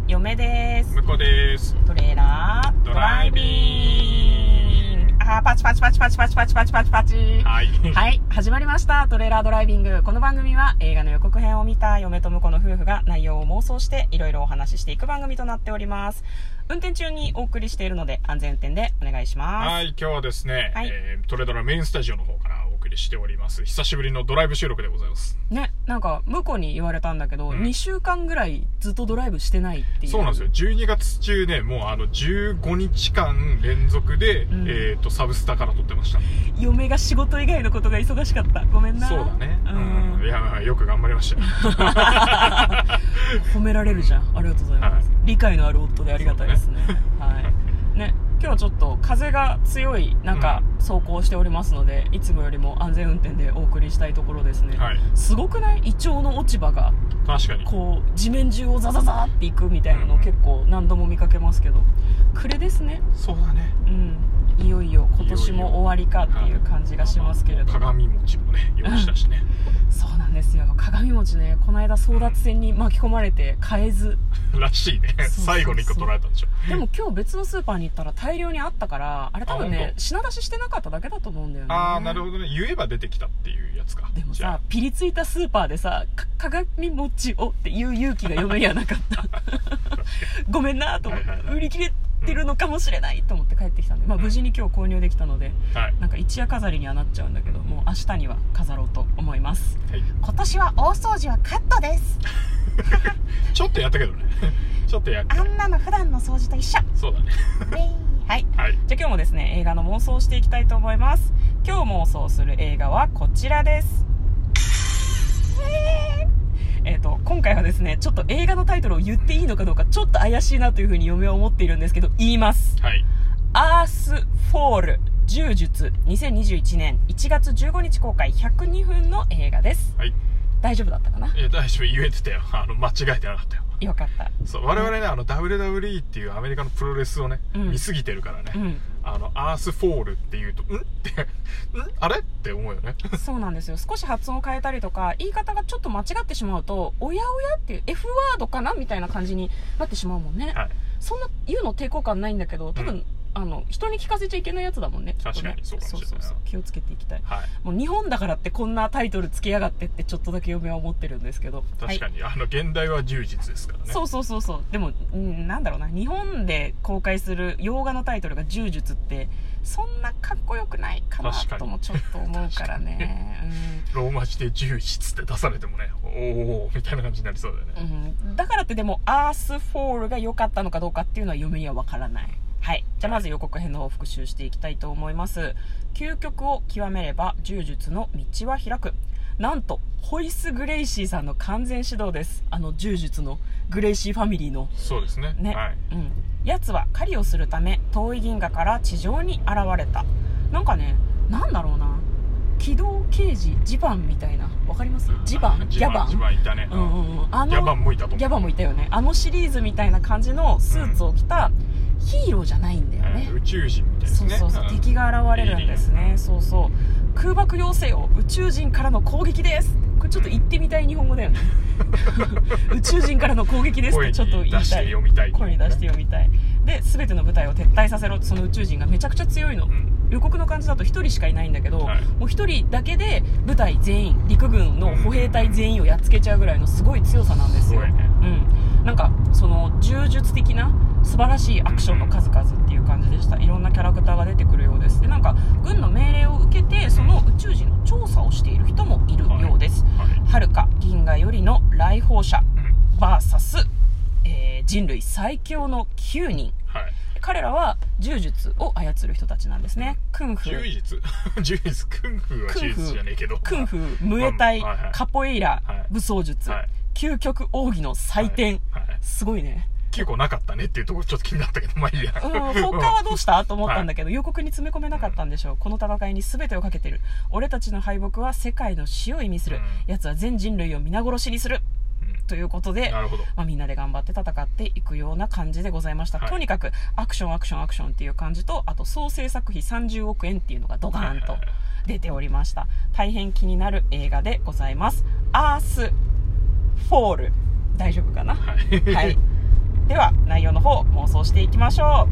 嫁です。 向こうです。 トレーラードライビング。パチパチパチパチパチパチパチパチパチ。 はい。 はい、始まりました。トレーラードライビング。この番組は映画の予告編を見た嫁と婿の夫婦が内容を妄想していろいろお話ししていく番組となっております。運転中にお送りしているので安全運転でお願いします。 はい、今日はですね、 はいトレドラメインスタジオの方からお送りしております。久しぶりのドライブ収録でございます。 ね、なんか向こうに言われたんだけど、2週間ぐらいずっとドライブしてないっていう。 そうなんですよ。12月中ね、もう15日間連続で、サブスタから撮ってました。 嫁が仕事以外のことが忙しかった。ごめんな。 そうだね。いや、よく頑張りましたよ。 褒められるじゃん。ありがとうございます。理解のある夫でありがたいですね。はいね、今日はちょっと風が強い中走行しておりますので、いつもよりも安全運転でお送りしたいところですね。 はい、 すごくない？イチョウの落ち葉が確かにこう地面中をザザザーっていくみたいなのを結構何度も見かけますけど、暮れですね。 そうだね。 いよいよ今年も終わりかっていう感じがしますけれども、 鏡餅もね用意したしね。 そうなんですよ。鏡餅ね、この間争奪戦に巻き込まれて買えずらしいね。最後に1個取られたんでしょ。 でも今日別のスーパーに行ったら大量にあったから、あれ多分ね品出ししてなかっただけだと思うんだよね。 ああ、なるほどね。言えば出てきたっていうやつか。 でもさ、ピリついたスーパーでさ、鏡餅をっていう勇気が嫁にはなかったごめんなと思って、売り切れてるのかもしれないと思って帰ってきたんで、無事に今日購入できたので、なんか一夜飾りにはなっちゃうんだけど、もう明日には飾ろうと思います。今年は大掃除はカットですちょっとやったけどね。ちょっとやった。 あんなの普段の掃除と一緒。 そうだね。 はい、じゃあ今日もですね、映画の妄想をしていきたいと思います。今日妄想する映画はこちらです。今回はですね、ちょっと映画のタイトルを言っていいのかどうかちょっと怪しいなというふうに嫁は思っているんですけど、言います。アースフォール柔術、2021年1月15日公開、102分の映画です。大丈夫だったかな？ 大丈夫、言えてたよ。間違えてなかったよ。 よかった。 そう、我々ね、WWE っていうアメリカのプロレスをね、見すぎてるからね、アースフォールっていうとあれって思うよね。そうなんですよ。 少し発音を変えたりとか、言い方がちょっと間違ってしまうと、おやおやっていう F ワードかなみたいな感じになってしまうもんね。そんな言うの抵抗感ないんだけど、多分、人に聞かせちゃいけないやつだもんね。 確かにそうかもしれない。 そう気をつけていきたい。もう日本だからってこんなタイトルつけやがってってちょっとだけ嫁は思ってるんですけど。 確かに、現代は柔術ですからね。 そう。でも、なんだろうな、日本で公開する洋画のタイトルが柔術ってそんなかっこよくないかなともちょっと思うからね。 ローマ字で柔術って出されてもね、おーみたいな感じになりそうだよね。 だからってでもアースフォールが良かったのかどうかっていうのは嫁には分からない。じゃあまず予告編の方を復習していきたいと思います。究極を極めれば柔術の道は開く。なんとホイス・グレイシーさんの完全指導です。柔術のグレイシーファミリーのそうですね。 奴は狩りをするため遠い銀河から地上に現れた。なんかね、なんだろうな、機動刑事ジバンみたいな、わかります？ギャバンいたね。ギャバンもいたと思う。 ギャバンもいたよね。シリーズみたいな感じのスーツを着たヒーローじゃないんだよね。 宇宙人みたいですね。 そう敵が現れるんですね。空爆要請を宇宙人からの攻撃です。これちょっと言ってみたい日本語だよね。宇宙人からの攻撃ですってちょっと言いたい。声に出して読みたい。で、全ての部隊を撤退させろ。その宇宙人がめちゃくちゃ強いの。予告の感じだと1人しかいないんだけど、もう1人だけで部隊全員、陸軍の歩兵隊全員をやっつけちゃうぐらいのすごい強さなんですよ。なんかその柔術的な素晴らしいアクションの数々っていう感じでした。いろんなキャラクターが出てくるようです。で、なんか軍の命令を受けてその宇宙人の調査をしている人もいるようです。遥か銀河よりの来訪者 VS、人類最強の9人。彼らは柔術を操る人たちなんですね。クンフー、 クンフーは柔術じゃねえけど、 クンフー、ムエタイ、カポエイラ、武装術、究極奥義の祭典。すごいね。 結構なかったねっていうところちょっと気になったけど、まあいいや。 他はどうしたと思ったんだけど、予告に詰め込めなかったんでしょう。この戦いに全てをかけてる。俺たちの敗北は世界の死を意味する。奴は全人類を皆殺しにする。ということで、みんなで頑張って戦っていくような感じでございました。とにかくアクションっていう感じと、あと総制作費30億円っていうのがドカーンと出ておりました。大変気になる映画でございます。アースフォール、大丈夫かな？はいでは内容の方妄想していきましょう。はい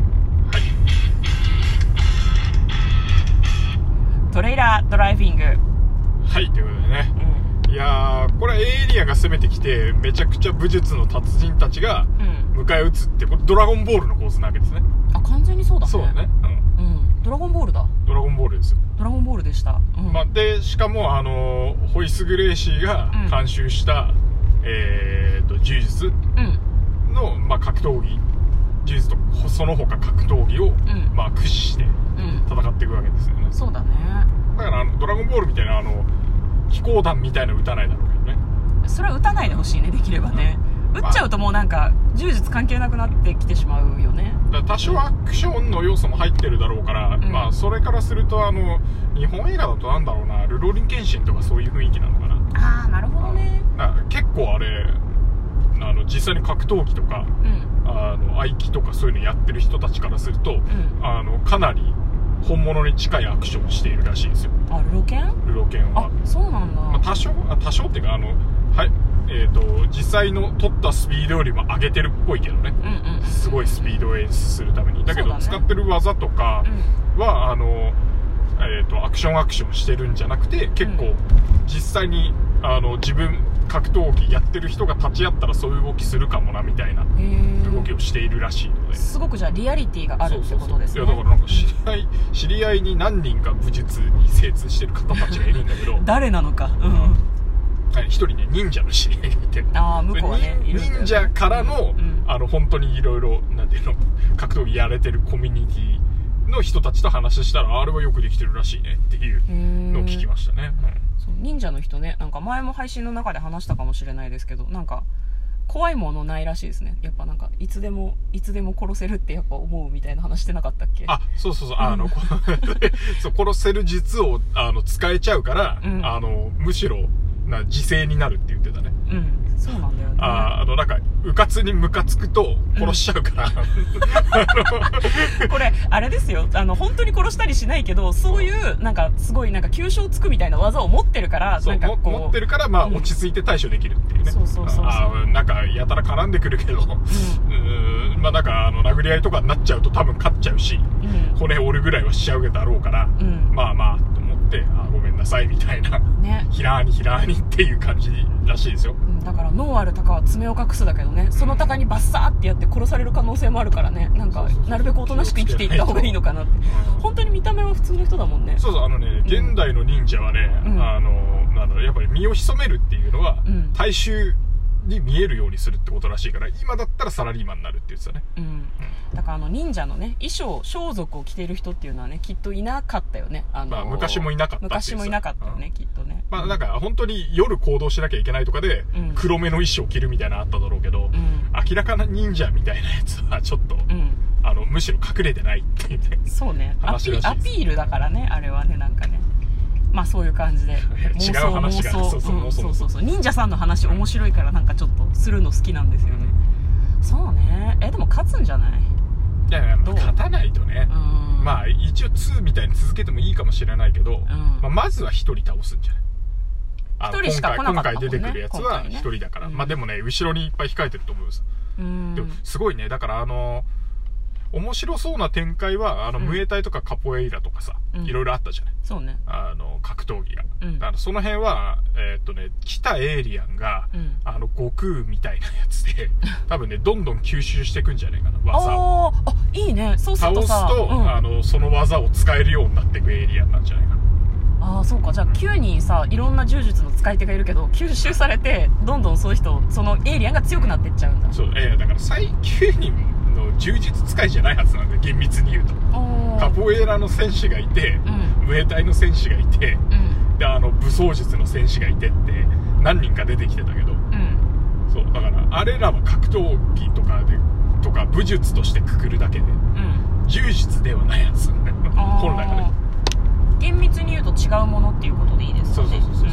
、トレーラードライビング。 はい、ということでね、いやーこれはエイリアンが攻めてきてめちゃくちゃ武術の達人たちが迎え撃つって、これドラゴンボールの構図なわけですね。 あ、完全にそうだね。 そうだね、 ドラゴンボールだ。 ドラゴンボールですよ。 ドラゴンボールでした。 でしかもホイス・グレイシーが監修した、柔術の、格闘技、柔術とその他格闘技を、駆使して戦っていくわけですよね。 そうだね。 だからドラゴンボールみたいな飛行弾みたいなの撃たないだろうけどね。 それは撃たないでほしいね、できればね。撃っちゃうともうなんか柔術関係なくなってきてしまうよね。 だから多少アクションの要素も入ってるだろうから、それからすると日本映画だとなんだろうな、ルローニケンシンとかそういう雰囲気なのかな。 ああ、なるほどね。 結構あれ実際に格闘技とか、合気とかそういうのやってる人たちからすると、かなり本物に近いアクションをしているらしいですよ。 あ、ルロケンは。あ、そうなんだ。 多少っていうか実際の取ったスピードよりも上げてるっぽいけどね、すごいスピードを演出するために。だけど使ってる技とかは、アクションしてるんじゃなくて、結構実際に自分格闘技やってる人が立ち会ったらそういう動きするかもなみたいな動きをしているらしいので、 すごくじゃあリアリティがあるってことですね。 いやだからなんか知り合いに何人か武術に精通してる方たちがいるんだけど誰なのか。 一人ね、忍者の知り合いがいて、 向こうはね、 忍者からの、本当にいろいろなんていうの、格闘技やれてるコミュニティの人たちと話したら、あれはよくできてるらしいねっていうのを聞きましたね。 そう、忍者の人ね、なんか前も配信の中で話したかもしれないですけど、なんか怖いものないらしいですね。やっぱなんかいつでも殺せるってやっぱ思うみたいな話してなかったっけ。 あ、そうそうそう殺せる術を使えちゃうから、むしろ自制になるって言ってたね。 そうなんだよね。 なんかうかつにムカつくと殺しちゃうから、 これあれですよ、本当に殺したりしないけど、そういうなんかすごいなんか急所をつくみたいな技を持ってるから、 そう、なんか持ってるから、落ち着いて対処できるっていうね。なんかやたら絡んでくるけど、なんか殴り合いとかになっちゃうと多分勝っちゃうし、骨折るぐらいはしちゃうだろうから、と思ってごめんなさいみたいな、ひらーにっていう感じらしいですよ。 だから脳ある鷹は爪を隠すだけどね、その鷹にバッサーってやって殺される可能性もあるからね、なんかなるべくおとなしく生きていった方がいいのかなって。本当に見た目は普通の人だもんね。 そう現代の忍者はね、やっぱり身を潜めるっていうのは、大衆に見えるようにするってことらしいから、今だったらサラリーマンになるって言ってたね。だから忍者のね、装束を着ている人っていうのはね、きっといなかったよね。 昔もいなかったって昔もいなかったよね、きっとね。 なんか本当に夜行動しなきゃいけないとかで、黒目の衣装を着るみたいなのあっただろうけど、明らかな忍者みたいなやつはちょっと、むしろ隠れてないっていうね。 そうね、アピールだからね、あれはね、なんかね。そういう感じで違う話がそう忍者さんの話面白いから、なんかちょっとするの好きなんですよね。そうね。でも勝つんじゃない？ いや勝たないとね、一応2みたいに続けてもいいかもしれないけど、まずは1人倒すんじゃない？1人しか来なかったもんね。今回出てくるやつは1人だから、でもね、後ろにいっぱい控えてると思うんです。でもすごいね、だから面白そうな展開はムエタイとかカポエイラとかさ、いろいろあったじゃない。 そうね。 格闘技が、その辺は来たエイリアンが、悟空みたいなやつで多分ね、どんどん吸収していくんじゃないかな、技を。 いいね。そうするとさ、 倒すと、その技を使えるようになっていくエイリアンなんじゃないかな。 そうか。じゃあ9人さ、いろんな柔術の使い手がいるけど、吸収されてどんどんそういう人、そのエイリアンが強くなっていっちゃうんだ。 そう、だから9人の柔術使いじゃないはずなんで、厳密に言うと。カポエラの選手がいて、ムエタイの選手がいて、で武装術の選手がいてって何人か出てきてたけど、そうだからあれらは格闘技とか武術としてくくるだけで、柔術ではないやつ本来はね。 厳密に言うと違うものっていうことでいいですかね。そう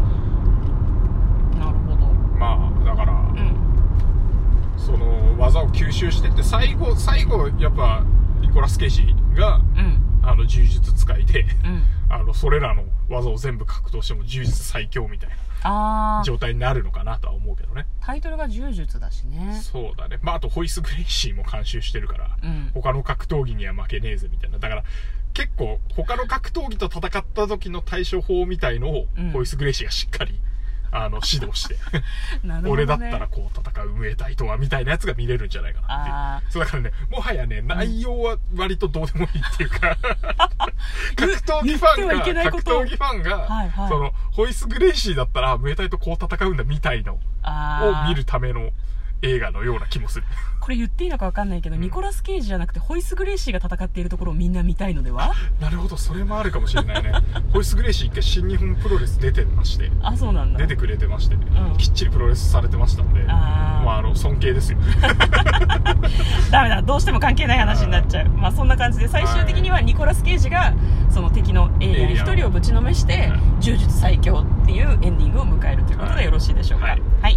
なるほど。 だから、その技を吸収してって、最後やっぱニコラス・ケイジが、柔術使いで、それらの技を全部格闘しても柔術最強みたいな状態になるのかなとは思うけどね。 タイトルが柔術だしね。 そうだね。まああとホイス・グレイシーも監修してるから、他の格闘技には負けねえぜみたいな。だから結構他の格闘技と戦った時の対処法みたいのを、ホイス・グレイシーがしっかり指導してなるほど、ね、俺だったらこう戦うムエタイとはみたいなやつが見れるんじゃないかなっていう。そうだからね、もはやね、内容は割とどうでもいいっていうか格闘技ファンが、はいはい、そのホイス・グレイシーだったらムエタイとこう戦うんだみたいのを見るための映画のような気もする。 これ言っていいのか分かんないけど、ニコラス・ケイジじゃなくてホイス・グレイシーが戦っているところをみんな見たいのでは。 なるほど、それもあるかもしれないねホイス・グレイシー一回新日本プロレス出てまして、 そうなんだ、 出てくれてまして、きっちりプロレスされてましたんで、尊敬ですよダメだ、どうしても関係ない話になっちゃう。そんな感じで最終的にはニコラス・ケイジがその敵のエイリアン一人をぶちのめして柔術最強っていうエンディングを迎えるということでよろしいでしょうか。はい、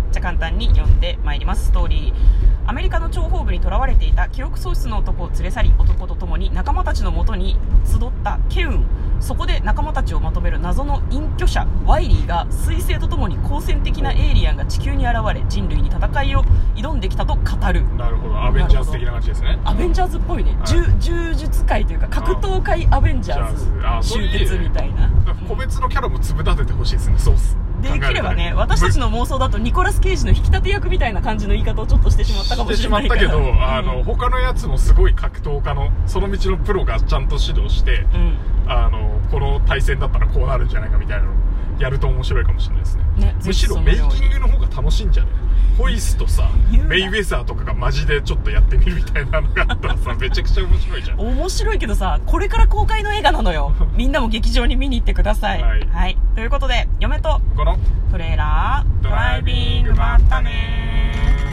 じゃあ簡単に読んでまいります。ストーリー。アメリカの諜報部に囚われていた記憶喪失の男を連れ去り、男と共に仲間たちのもとに集ったケウン。そこで仲間たちをまとめる謎の隠居者ワイリーが彗星とともに好戦的なエイリアンが地球に現れ人類に戦いを挑んできたと語る。 なるほど、アベンジャーズ的な感じですね。 アベンジャーズっぽいね、柔術界というか格闘界アベンジャーズ集結みたいな。 個別のキャラも粒立ててほしいですね。そうっす。 できればね、私たちの妄想だとニコラス・ケイジの引き立て役みたいな感じの言い方をちょっとしてしまったかもしれないから。 してしまったけど、他のやつもすごい格闘家のその道のプロがちゃんと指導して、この対戦だったらこうなるんじゃないかみたいなのをやると面白いかもしれないですね。むしろメイキングの方が楽しいんじゃない？ホイスとさ、メイウェザーとかがマジでちょっとやってみるみたいなのがあったらさ、めちゃくちゃ面白いじゃん。 面白いけどさ、これから公開の映画なのよ。みんなも劇場に見に行ってください。はい。ということで、嫁とこのトレーラードライビング、まったねー。